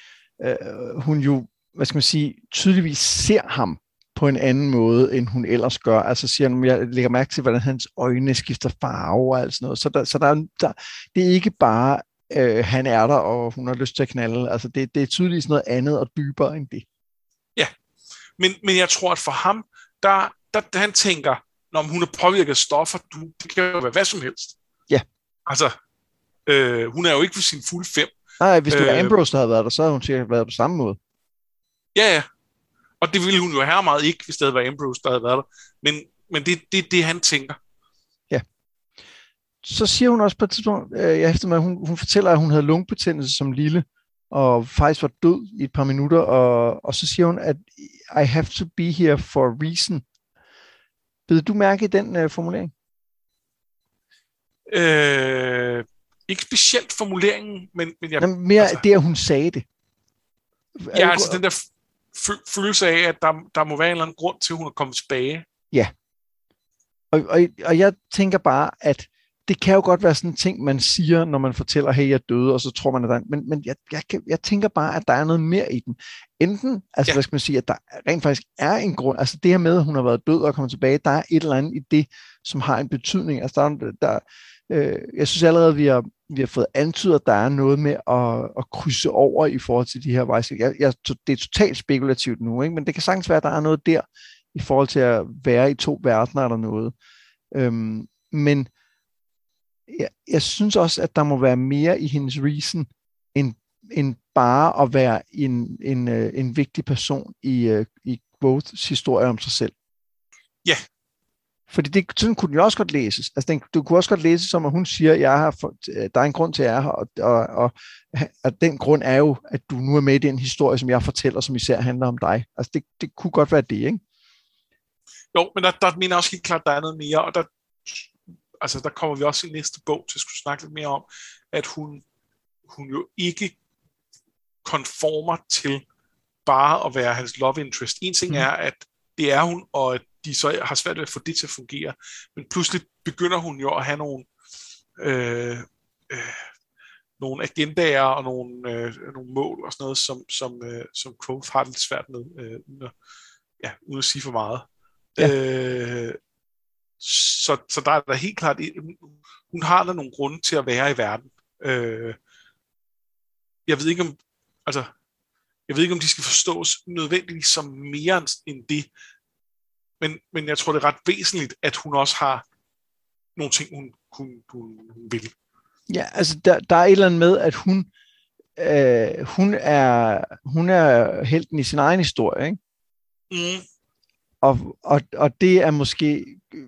øh, hun jo, hvad skal man sige, tydeligvis ser ham på en anden måde, end hun ellers gør. Altså siger han, jeg lægger mærke til, hvordan hans øjne skifter farve og alt sådan noget. Så, der, så der, der, det er ikke bare, øh, han er der, og hun har lyst til at knalde. Altså det, det er tydeligvis noget andet og dybere end det. Ja, men, men jeg tror, at for ham, der, der, der han tænker, når hun er påvirket stoffer, du, det kan jo være hvad som helst. Ja. Altså, øh, hun er jo ikke ved sin fulde fem. Nej, hvis det var Ambrose, der havde været der, så havde hun sikkert været på samme måde. Ja, ja. Og det ville hun jo have meget ikke, hvis det havde været Ambrose, der havde været der. Men, men det er det, det, han tænker. Ja. Så siger hun også på et tidspunkt, øh, jeg efter mig, hun, hun fortæller, at hun havde lungebetændelse som lille, og faktisk var død i et par minutter, og, og så siger hun, at I have to be here for a reason. Ved du mærke i den øh, formulering? Øh, ikke specielt formuleringen, men, men jeg... Jamen, mere altså, det, at hun sagde det. Ja, altså den der følelse af, at der, der må være en eller anden grund til, at hun er kommet tilbage. Ja. Og, og, og jeg tænker bare, at det kan jo godt være sådan en ting, man siger, når man fortæller, hey, jeg er døde, og så tror man, at der er... Men, men jeg, jeg, jeg tænker bare, at der er noget mere i den. Enten, altså ja. Hvad skal man sige, at der rent faktisk er en grund, altså det her med, at hun har været død og kommet tilbage, der er et eller andet i det, som har en betydning. Altså der, der øh, jeg synes allerede, vi har, vi har fået antydet, at der er noget med at, at krydse over i forhold til de her vejse. Jeg, jeg, det er totalt spekulativt nu, ikke? Men det kan sagtens være, at der er noget der i forhold til at være i to verdener eller noget. Øhm, men jeg, jeg synes også, at der må være mere i hendes reason, end, end bare at være en, en, en vigtig person i, i Quoths historie om sig selv. Ja. Yeah. Fordi det, sådan kunne den jo også godt læses. Altså, den, du kunne også godt læse som, at hun siger, at jeg har for, der er en grund til, at jeg er her, og, og, og, og den grund er jo, at du nu er med i den historie, som jeg fortæller, som især handler om dig. Altså, det, det kunne godt være det, ikke? Jo, men der, der mener jeg også helt klart, at der er noget mere, og der, altså, der kommer vi også i næste bog til at skulle snakke lidt mere om, at hun, hun jo ikke konformer til bare at være hans love interest. En ting mm. er, at det er hun, og at de så har svært ved at få det til at fungere. Men pludselig begynder hun jo at have nogle, øh, øh, nogle agendaer og nogle, øh, nogle mål og sådan noget, som, som, øh, som Quoth har lidt svært med, øh, uden, at, ja, uden at sige for meget. Ja. Øh, så, så der er der helt klart, hun har der nogle grunde til at være i verden. Øh, jeg ved ikke om, altså, jeg ved ikke om de skal forstås nødvendigvis som mere end det, men, men jeg tror det er ret væsentligt, at hun også har nogle ting, hun, hun, hun, hun vil. Ja, altså der, der er et eller andet med, at hun, øh, hun er hun er helten i sin egen historie, ikke? Mm. Og, og, og det er måske,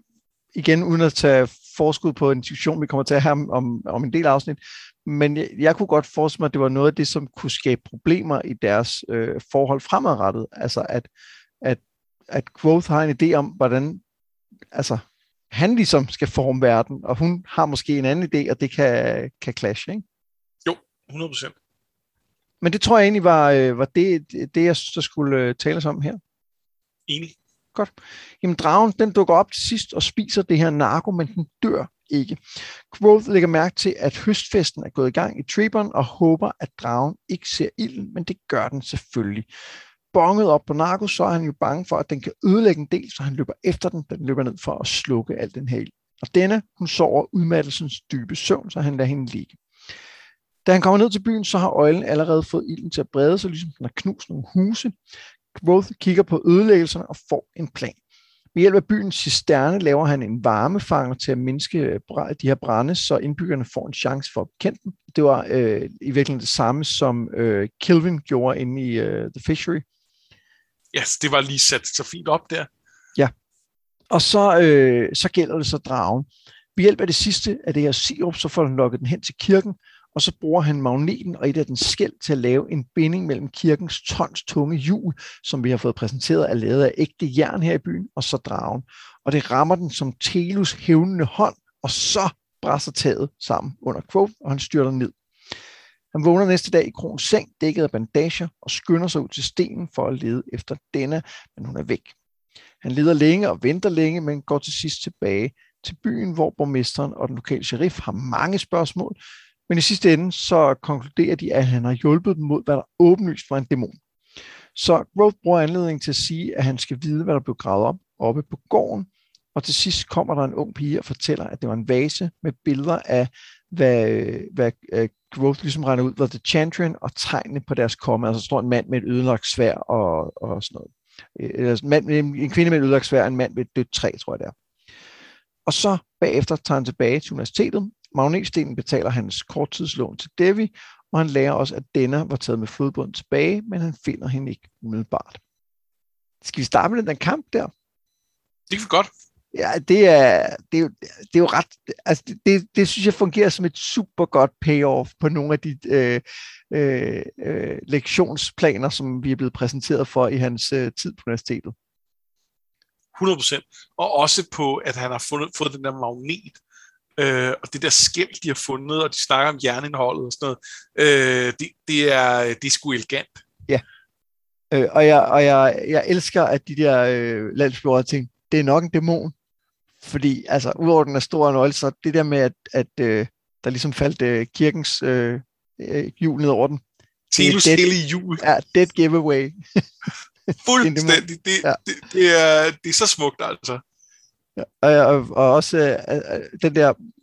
igen uden at tage forskud på en diskussion, vi kommer til at have om, om en del afsnit, men jeg, jeg kunne godt forestille mig, at det var noget af det, som kunne skabe problemer i deres øh, forhold fremadrettet. Altså at, at, at Quoth har en idé om, hvordan altså, han ligesom skal forme verden, og hun har måske en anden idé, og det kan, kan clashe, ikke? Jo, hundrede procent. Men det tror jeg egentlig var, var det, det, jeg synes, der skulle tales om her. Enig. Godt. Jamen, dragen, den dukker op til sidst og spiser det her narko, men den dør ikke. Quoth lægger mærke til, at høstfesten er gået i gang i Trebon, og håber, at dragen ikke ser ilden, men det gør den selvfølgelig. Bonget op på narko, så er han jo bange for, at den kan ødelægge en del, så han løber efter den, den løber ned for at slukke al den her ild. Og denne, hun sover udmattelsens dybe søvn, så han lader hende ligge. Da han kommer ned til byen, så har øjlen allerede fået ilden til at brede sig, ligesom den har knust nogle huse. Quoth kigger på ødelæggelserne og får en plan. Ved hjælp af byens cisterne laver han en varmefanger til at mindske de her brande, så indbyggerne får en chance for at bekæmpe dem. Det var øh, i virkeligheden det samme, som øh, Kelvin gjorde inde i øh, The Fishery. Ja, yes, det var lige sat så fint op der. Ja, og så, øh, så gælder det så dragen. Ved hjælp af det sidste af det her sirup, så får han lukket den hen til kirken, og så bruger han magneten og et af den skæld til at lave en binding mellem kirkens tons tunge hjul, som vi har fået præsenteret, er lavet af ægte jern her i byen, og så dragen. Og det rammer den som Telus hævnende hånd, og så brænder taget sammen under Quoth, og han styrter ned. Han vågner næste dag i krogens seng, dækket af bandager, og skynder sig ud til stenen for at lede efter denne, men hun er væk. Han leder længe og venter længe, men går til sidst tilbage til byen, hvor borgmesteren og den lokale sheriff har mange spørgsmål, men i sidste ende så konkluderer de, at han har hjulpet dem mod, hvad der åbenlyst var en dæmon. Så Quoth bruger anledningen til at sige, at han skal vide, hvad der blev gravet op oppe på gården, og til sidst kommer der en ung pige og fortæller, at det var en vase med billeder af, hvad, hvad Quoth ligesom regner ud, var The Chandrian og tegnene på deres komme. Altså står en mand med et ødelagt svær og, og sådan noget. Eller en, mand, en kvinde med et ødelagt svær og en mand med et dødt træ, tror jeg det er. Og så bagefter tager han tilbage til universitetet. Magnetstenen betaler hans korttidslån til Devi, og han lærer også, at denne var taget med flodbunden tilbage, men han finder hende ikke umiddelbart. Skal vi starte med den kamp der? Det kan vi godt. Ja, det er, det er, jo, det er jo ret... Altså, det, det, det synes jeg fungerer som et super godt payoff på nogle af de øh, øh, øh, lektionsplaner, som vi er blevet præsenteret for i hans øh, tid på universitetet. hundrede procent. Og også på, at han har fundet, fået den der magnet, øh, og det der skæld, de har fundet, og de snakker om jernindholdet og sådan noget. Øh, det, det, er, det er sgu elegant. Ja. Øh, og jeg, og jeg, jeg elsker, at de der øh, landsbyer tænker, det er nok en dæmon. Fordi, altså, udover den er stor nøgle, så det der med, at, at øh, der ligesom faldt øh, kirkens øh, hjul ned over den. Telus hellige hjul. Ja, dead giveaway. Fuldstændig. Det, ja. det, det, er, det er så smukt, altså. Ja, og, og, og også øh, den der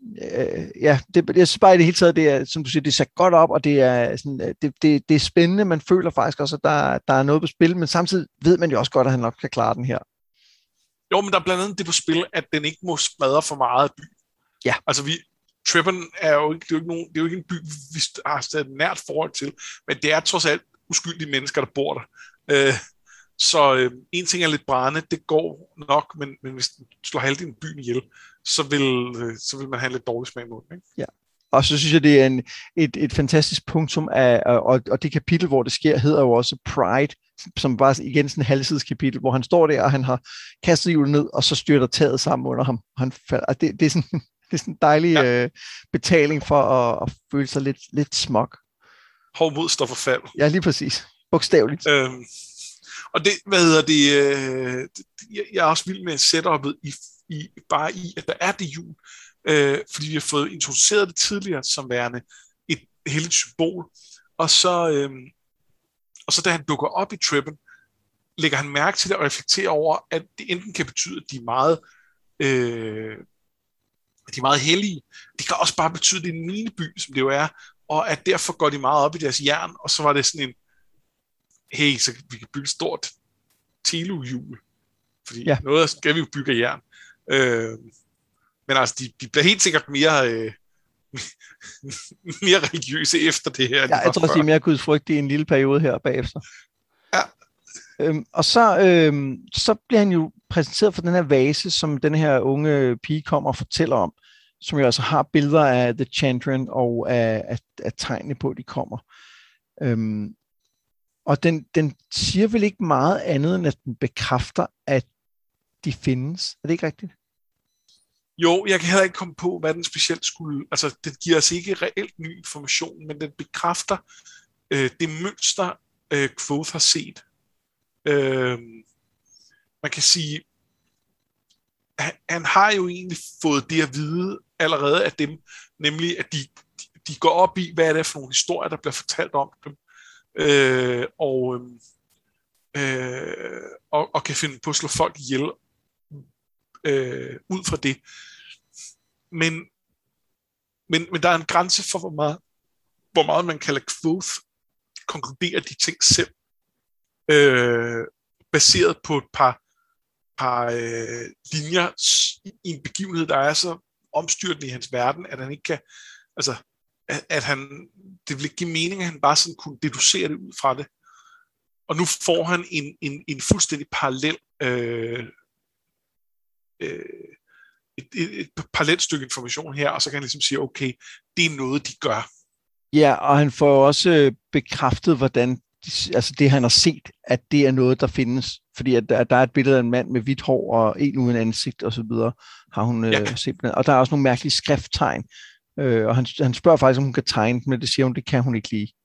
øh, ja, det, jeg synes bare i det hele taget, det er, som du siger, det er sat godt op, og det er, sådan, det, det, det er spændende. Man føler faktisk også, at der, der er noget på spil, men samtidig ved man jo også godt, at han nok kan klare den her. Jo, men der er blandt andet det på spil, at den ikke må smadre for meget af byen. Ja. Altså, vi, Treven er jo ikke, det er jo ikke, nogen, det er jo ikke en by, vi har et nært forhold til, men det er trods alt uskyldige mennesker, der bor der. Øh, så øh, en ting er lidt brændende, det går nok, men, men hvis du slår halvdelen af byen ihjel, så vil, øh, så vil man have lidt dårlig smag mod den, ikke? Ja. Og så synes jeg, det er en, et, et fantastisk punktum, af, og, og det kapitel, hvor det sker, hedder jo også Pride, som bare igen sådan en halvsides kapitel, hvor han står der, og han har kastet hjulet ned, og så styrter taget sammen under ham. Han falder, og det, det, er sådan, det er sådan en dejlig ja. øh, betaling for at, at føle sig lidt, lidt smuk. Hård mod står for fald. Ja, lige præcis. Bogstaveligt. Øhm, og det, hvad hedder det, øh, jeg er også vild med setup'et i, i, bare i, at der er det hjul, øh, fordi vi har fået introduceret det tidligere som værende et helligt symbol, og så, øh, og så da han dukker op i Treven, lægger han mærke til det og reflekterer over, at det enten kan betyde, at de er meget, øh, de er meget hellige, det kan også bare betyde, at det er en mineby, som det jo er, og at derfor går de meget op i deres jern, og så var det sådan en, hey, så vi kan bygge et stort teluhjul, fordi ja. Noget skal vi jo bygge af jern. Øh, men altså, de, de bliver helt sikkert mere, øh, mere religiøse efter det her. Ja, jeg tror også, de er mere gudsfrygtige i en lille periode her bagefter. Ja. Øhm, og så, øhm, så bliver han jo præsenteret for den her vase, som den her unge pige kommer og fortæller om, som jo altså har billeder af The Chandran og af, af, af tegnene på, at de kommer. Øhm, og den, den siger vel ikke meget andet, end at den bekræfter, at de findes. Er det ikke rigtigt? Jo, jeg kan heller ikke komme på, hvad den specielt skulle... Altså, det giver os ikke reelt ny information, men den bekræfter øh, det mønster, øh, Kvothe har set. Øh, man kan sige, han, han har jo egentlig fået det at vide allerede af dem, nemlig at de, de, de går op i, hvad er det for nogle historier, der bliver fortalt om dem, øh, og, øh, og, og kan finde på at slå folk ihjel øh, ud fra det. Men, men, men der er en grænse for, hvor meget, hvor meget man kan lade Kvothe konkludere de ting selv, øh, baseret på et par, par øh, linjer i en begivenhed, der er så omstyrtende i hans verden, at han ikke kan, altså, at, at han, det vil ikke give mening, at han bare sådan kunne deducere det ud fra det. Og nu får han en, en, en fuldstændig parallel øh, øh, et, et, et parallelt stykke information her, og så kan han ligesom sige, okay, det er noget, de gør. Ja, og han får også bekræftet, hvordan altså det, han har set, at det er noget, der findes. Fordi at der, der er et billede af en mand med hvidt hår og en uden ansigt og så videre, har hun ja. øh, set. Og der er også nogle mærkelige skrifttegn. Øh, og han, han spørger faktisk, om hun kan tegne dem, men det siger hun, det kan hun ikke lige.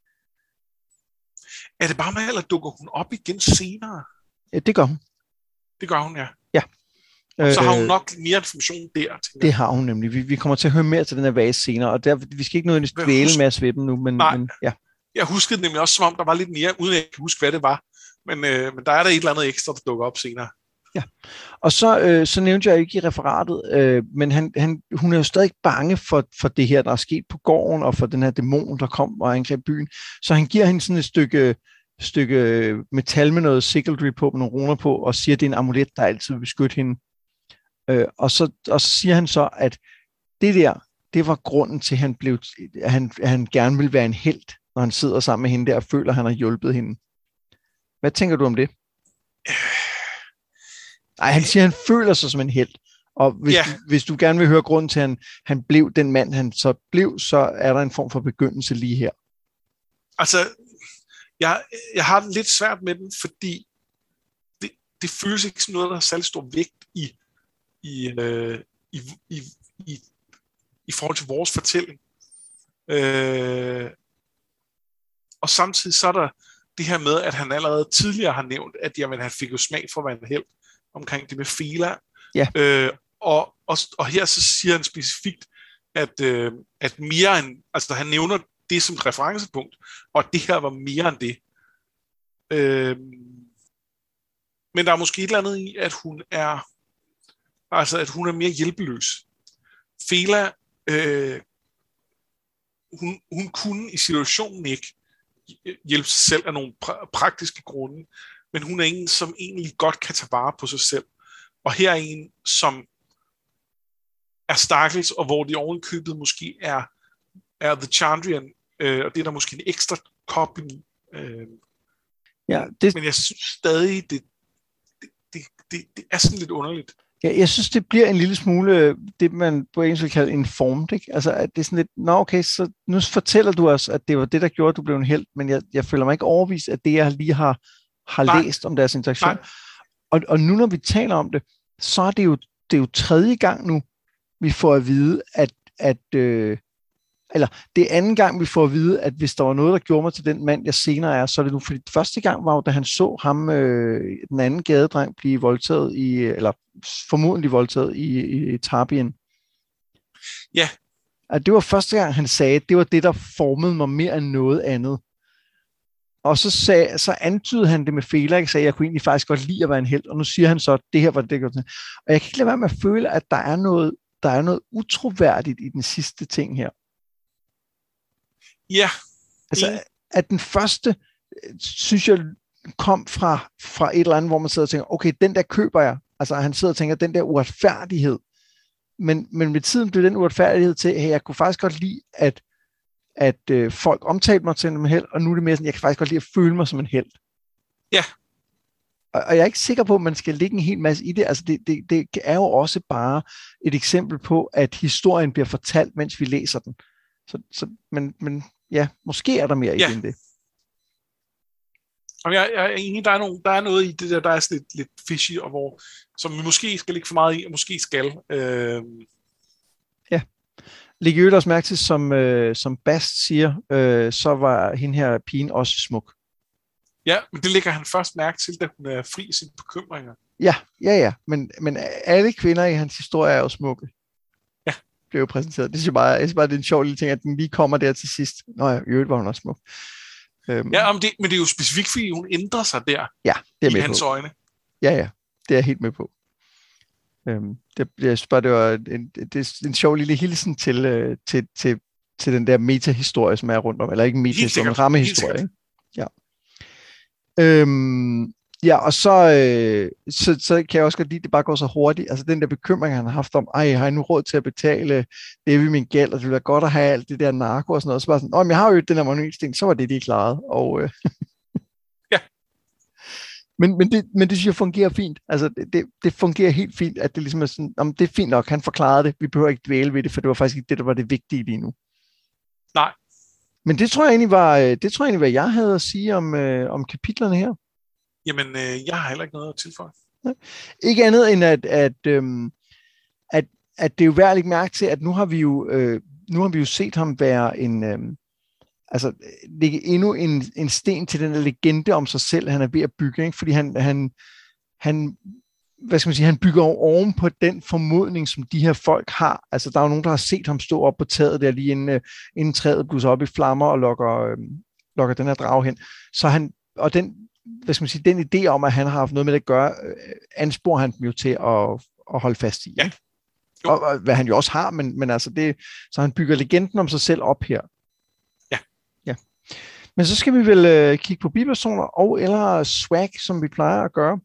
Er det bare med, eller dukker hun op igen senere? Ja, det gør hun. Det gør hun, ja. Ja. Og så har hun nok mere information der. Det har hun nemlig. Vi, vi kommer til at høre mere til den her vase senere, og der, vi skal ikke nødvendigvis dvæle med at svippe nu, men, men ja. Jeg huskede nemlig også, som om der var lidt mere, uden at jeg kan huske, hvad det var. Men, øh, men der er der et eller andet ekstra, der dukker op senere. Ja, og så, øh, så nævnte jeg ikke i referatet, øh, men han, han, hun er jo stadig bange for, for det her, der er sket på gården, og for den her dæmon, der kom og angreb byen. Så han giver hende sådan et stykke, stykke metal med noget sigildry på, med nogle runer på, og siger, at det er en amulet, der altid vil beskytte hende. Øh, og, så, og så siger han så, at det der, det var grunden til, at han, blev, at han, at han gerne vil være en helt, når han sidder sammen med hende der og føler, at han har hjulpet hende. Hvad tænker du om det? Nej, han siger, at han føler sig som en helt. Og hvis, yeah. du, hvis du gerne vil høre grunden til, at han, han blev den mand, han så blev, så er der en form for begyndelse lige her. Altså, jeg, jeg har det lidt svært med den, fordi det, det føles ikke som noget, der har særlig stor vægt i, i, øh, i, i, i, i forhold til vores fortælling. Øh, og samtidig så er der det her med, at han allerede tidligere har nævnt, at jamen, han fik jo smag for at være en helt omkring det med Fela. Ja. Øh, og, og, og her så siger han specifikt, at, øh, at mere end, altså han nævner det som et referencepunkt, og det her var mere end det. Øh, men der er måske et eller andet i, at hun er, altså at hun er mere hjælpeløs. Fela øh, hun, hun kunne i situationen ikke hjælpe sig selv af nogle pra- praktiske grunde, men hun er en, som egentlig godt kan tage vare på sig selv. Og her er en, som er stakkels, og hvor de ovenkøbet måske er, er The Chandrian, øh, og det er der måske en ekstra kobling i. Øh, ja, det... Men jeg synes stadig, det, det, det, det, det er sådan lidt underligt. Ja, jeg synes, det bliver en lille smule, det man på engelsk vil kalde informed, ikke? Altså, at det er sådan lidt, nå okay, så nu fortæller du os, at det var det, der gjorde, at du blev en helt, men jeg, jeg føler mig ikke overbevist, at det, jeg lige har, har læst om deres interaktion. Og, og nu, når vi taler om det, så er det jo, det er jo tredje gang nu, vi får at vide, at, at øh, eller det er anden gang, vi får at vide, at hvis der var noget, der gjorde mig til den mand, jeg senere er, så er det nu, fordi første gang var jo, da han så ham, øh, den anden gadedreng, blive voldtaget i, eller formodentlig voldtaget i, i Tarbien. Ja. At det var første gang, han sagde, at det var det, der formede mig mere end noget andet. Og så, sag, så antydede han det med Felix, sagde, at jeg kunne egentlig faktisk godt lide at være en helt, og nu siger han så, at det her var det, der gjorde. Og jeg kan ikke lade være med at føle, at der er noget, der er noget utroværdigt i den sidste ting her. Ja. Altså, at den første, synes jeg, kom fra, fra et eller andet, hvor man sidder og tænker, okay, den der køber jeg. Altså, han sidder og tænker, den der uretfærdighed. Men, men med tiden blev den uretfærdighed til, hey, jeg kunne faktisk godt lide, at, at øh, folk omtalte mig til en held, og nu er det mere sådan, jeg kan faktisk godt lide at føle mig som en held. Ja. Og, og jeg er ikke sikker på, at man skal lægge en hel masse i det. Altså, det, det, det er jo også bare et eksempel på, at historien bliver fortalt, mens vi læser den. Så, så, men, men ja, måske er der mere ja. i det end det. Og jeg, jeg er enig, der er, nogle, der er noget i det der, der er sådan lidt, lidt fishy, og hvor, som vi måske skal lægge for meget i, og måske skal. Øh... Ja. Læg i øvrigt også mærke til, som, øh, som Bast siger, øh, så var hende her pigen også smuk. Ja, men det lægger han først mærke til, da hun er fri af sine bekymringer. Ja, ja, ja. Men, men alle kvinder i hans historie er jo smukke. Ja. Blev jo præsenteret. Det synes jeg bare, jeg synes bare, det er en sjov lille ting, at den lige kommer der til sidst. Nå ja, i øvrigt var hun også smuk. Um, ja, men det, men det er jo specifikt, fordi hun ændrer sig der. Ja, det er i med hans på. øjne. Ja, ja. Det er jeg helt med på. Um, det, jeg synes bare, det var en, det er en sjov lille hilsen til, uh, til, til, til den der metahistorie, som er rundt om. Eller ikke en metahistorie, men rammehistorie. Ikke? Ja. Um, ja, og så, øh, så, så kan jeg også godt lide, at det bare går så hurtigt. Altså den der bekymring, han har haft om, ej, har jeg nu råd til at betale det ved min gæld, og det ville være godt at have alt det der narko og sådan noget. Så bare sådan, åh, men jeg har jo den der magnetsten, så var det, de klarede. Og, øh, ja. Men, men, det, men det synes jeg fungerer fint. Altså det, det, det fungerer helt fint, at det ligesom er sådan, om det er fint nok, han forklarede det, vi behøver ikke dvæle ved det, for det var faktisk ikke det, der var det vigtige lige nu. Nej. Men det tror jeg egentlig var, det tror jeg egentlig, hvad jeg havde at sige om, øh, om kapitlerne her. Jamen, øh, jeg har heller ikke noget at tilføje. Ja. Ikke andet end, at, at, øhm, at, at det er jo værd at lægge mærke til, at nu har vi jo, øh, nu har vi jo set ham være en, øhm, altså lægge endnu en, en sten til den der legende om sig selv, han er ved at bygge, ikke? Fordi han, han, han, hvad skal man sige, han bygger oven på den formodning, som de her folk har. Altså, der er jo nogen, der har set ham stå op på taget der lige inden, inden træet blusser op i flammer og lokker, øh, lokker den her drage hen. Så han, og den, hvad skal man sige, den idé om, at han har haft noget med det at gøre, øh, ansporer han dem jo til at, at holde fast i. Ja. Og, og hvad han jo også har, men, men altså det, så han bygger legenden om sig selv op her. Ja. Ja. Men så skal vi vel øh, kigge på bipersoner og eller swag, som vi plejer at gøre.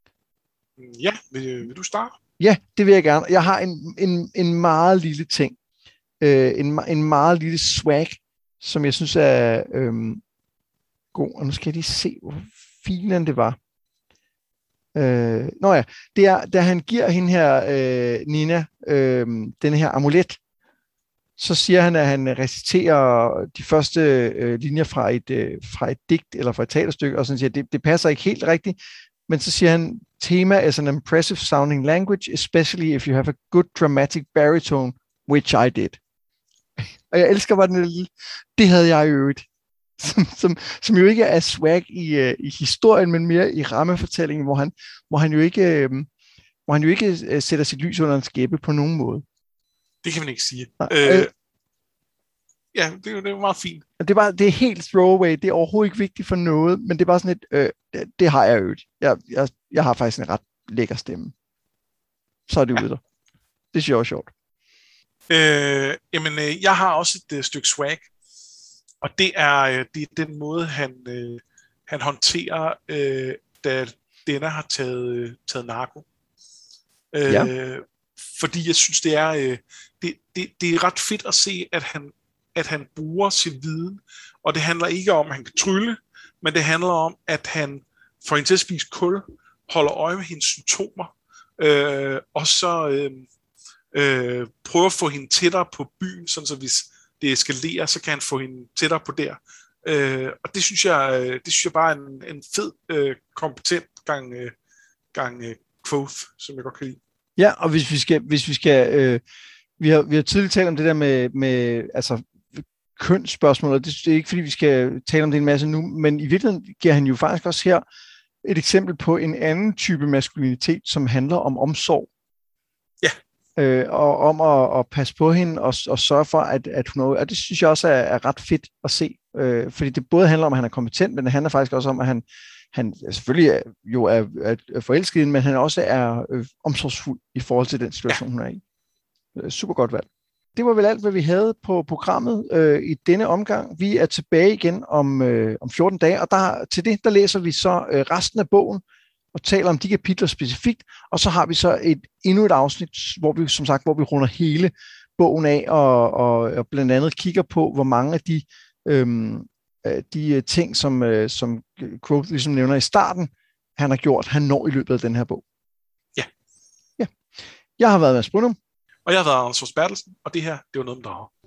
Ja, vil, vil du starte? Ja, det vil jeg gerne. Jeg har en, en, en meget lille ting. Øh, en, en meget lille swag, som jeg synes er øh, god. Og nu skal jeg lige se, hvor filen det var. Øh, nå ja, det er, da han giver hende her, øh, Nina, øh, den her amulet, så siger han, at han reciterer de første øh, linjer fra et, øh, fra et digt eller fra et teaterstykke, og så siger, at det, det passer ikke helt rigtigt, men så siger han, tema is an impressive sounding language, especially if you have a good dramatic baritone, which I did. Og jeg elsker bare den lille, det havde jeg i øvrigt. Som, som, som jo ikke er swag i, uh, i historien, men mere i rammefortællingen, hvor han, hvor han jo ikke, uh, hvor han jo ikke uh, sætter sit lys under en skæppe på nogen måde. Det kan man ikke sige. Nej, øh, øh, ja, det, det er jo meget fint. Det er, bare, det er helt throwaway, det er overhovedet ikke vigtigt for noget, men det er bare sådan et, øh, det, det har jeg jo ikke. Jeg, jeg, jeg har faktisk en ret lækker stemme. Så er det ja. ude der. Det synes jeg også sjovt. Øh, jamen, øh, jeg har også et øh, stykke swag, og det er, øh, det er den måde, han, øh, han håndterer, øh, da denne har taget, øh, taget narko. Øh, Ja. Fordi jeg synes, det er, øh, det, det, det er ret fedt at se, at han, at han bruger sin viden, og det handler ikke om, at han kan trylle, men det handler om, at han får hende til at spise kul, holder øje med hendes symptomer, øh, og så øh, øh, prøver at få hende tættere på byen, sådan så hvis det eskalerer, så kan han få hende tættere på der. Øh, og det synes jeg, det synes jeg bare er en, en fed, øh, kompetent gang, øh, gang øh, Quoth, som jeg godt kan lide. Ja, og hvis vi skal, hvis vi skal, øh, vi har vi har tidligere talt om det der med med altså kønsspørgsmål, og det er ikke fordi vi skal tale om det en masse nu, men i virkeligheden giver han jo faktisk også her et eksempel på en anden type maskulinitet, som handler om omsorg. Ja. Øh, og om at, at passe på hende og, og sørge for, at, at hun er, og det synes jeg også er, er ret fedt at se, øh, fordi det både handler om, at han er kompetent, men det handler faktisk også om, at han han selvfølgelig er, jo er, er forelsket, men han også er øh, omsorgsfuld i forhold til den situation, ja. Hun er i. Øh, super godt valg. Det var vel alt, hvad vi havde på programmet øh, i denne omgang. Vi er tilbage igen om, øh, om fjorten dage, og der, til det, der læser vi så øh, resten af bogen og taler om de kapitler specifikt, og så har vi så et endnu et afsnit, hvor vi som sagt, hvor vi runder hele bogen af, og, og, og blandt andet kigger på, hvor mange af de øh, de ting, som, som Quoth ligesom nævner i starten, han har gjort, han når i løbet af den her bog. Ja. Ja. Jeg har været Mads Brunum. Og jeg har været Anders Fors Bertelsen, og det her, det var noget med drager.